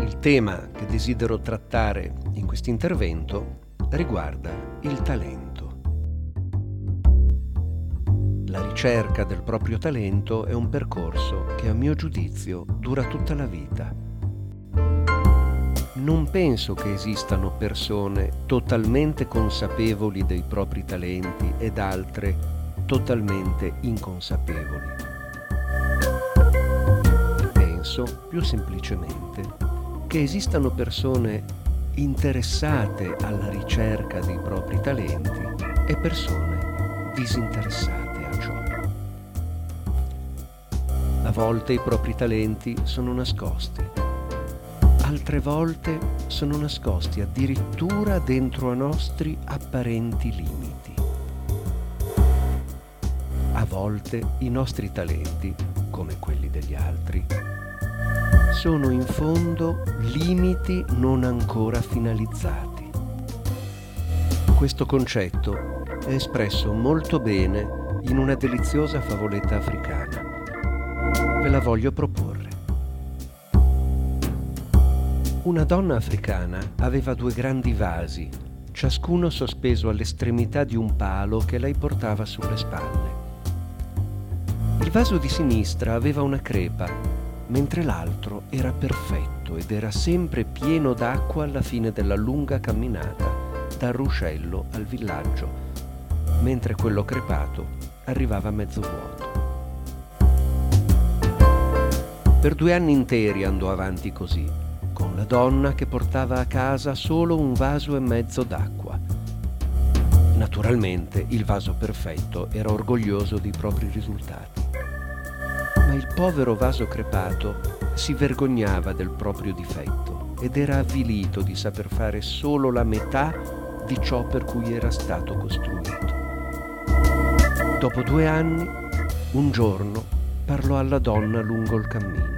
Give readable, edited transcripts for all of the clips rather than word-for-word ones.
Il tema che desidero trattare in questo intervento riguarda il talento. La ricerca del proprio talento è un percorso che a mio giudizio dura tutta la vita. Non penso che esistano persone totalmente consapevoli dei propri talenti ed altre totalmente inconsapevoli. Penso più semplicemente che esistano persone interessate alla ricerca dei propri talenti e persone disinteressate a ciò. A volte i propri talenti sono nascosti, altre volte sono nascosti addirittura dentro a nostri apparenti limiti. A volte i nostri talenti, come quelli degli altri, sono in fondo limiti non ancora finalizzati. Questo concetto è espresso molto bene in una deliziosa favoletta africana. Ve la voglio proporre. Una donna africana aveva 2 grandi vasi, ciascuno sospeso all'estremità di un palo che lei portava sulle spalle. Il vaso di sinistra aveva una crepa, mentre l'altro era perfetto ed era sempre pieno d'acqua alla fine della lunga camminata dal ruscello al villaggio, mentre quello crepato arrivava mezzo vuoto. Per 2 anni interi andò avanti così, con la donna che portava a casa solo un vaso e mezzo d'acqua. Naturalmente il vaso perfetto era orgoglioso dei propri risultati. Ma il povero vaso crepato si vergognava del proprio difetto ed era avvilito di saper fare solo la metà di ciò per cui era stato costruito. Dopo 2 anni, un giorno, parlò alla donna lungo il cammino.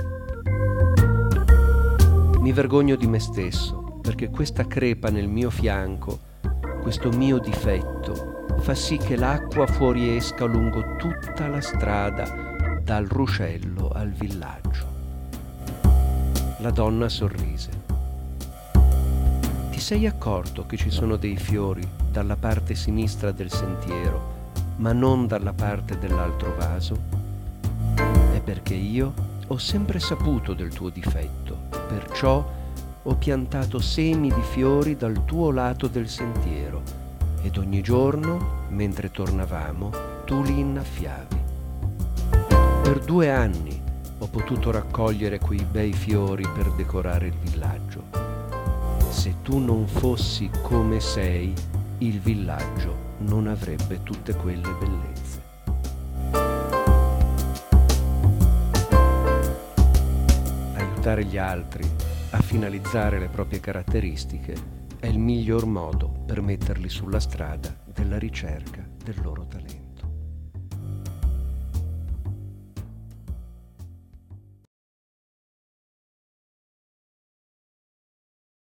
Mi vergogno di me stesso perché questa crepa nel mio fianco, questo mio difetto, fa sì che l'acqua fuoriesca lungo tutta la strada dal ruscello al villaggio. La donna sorrise. Ti sei accorto che ci sono dei fiori dalla parte sinistra del sentiero, ma non dalla parte dell'altro vaso? È perché io ho sempre saputo del tuo difetto, perciò ho piantato semi di fiori dal tuo lato del sentiero ed ogni giorno, mentre tornavamo, tu li innaffiavi. Per 2 anni ho potuto raccogliere quei bei fiori per decorare il villaggio. Se tu non fossi come sei, il villaggio non avrebbe tutte quelle bellezze. Aiutare gli altri a finalizzare le proprie caratteristiche è il miglior modo per metterli sulla strada della ricerca del loro talento.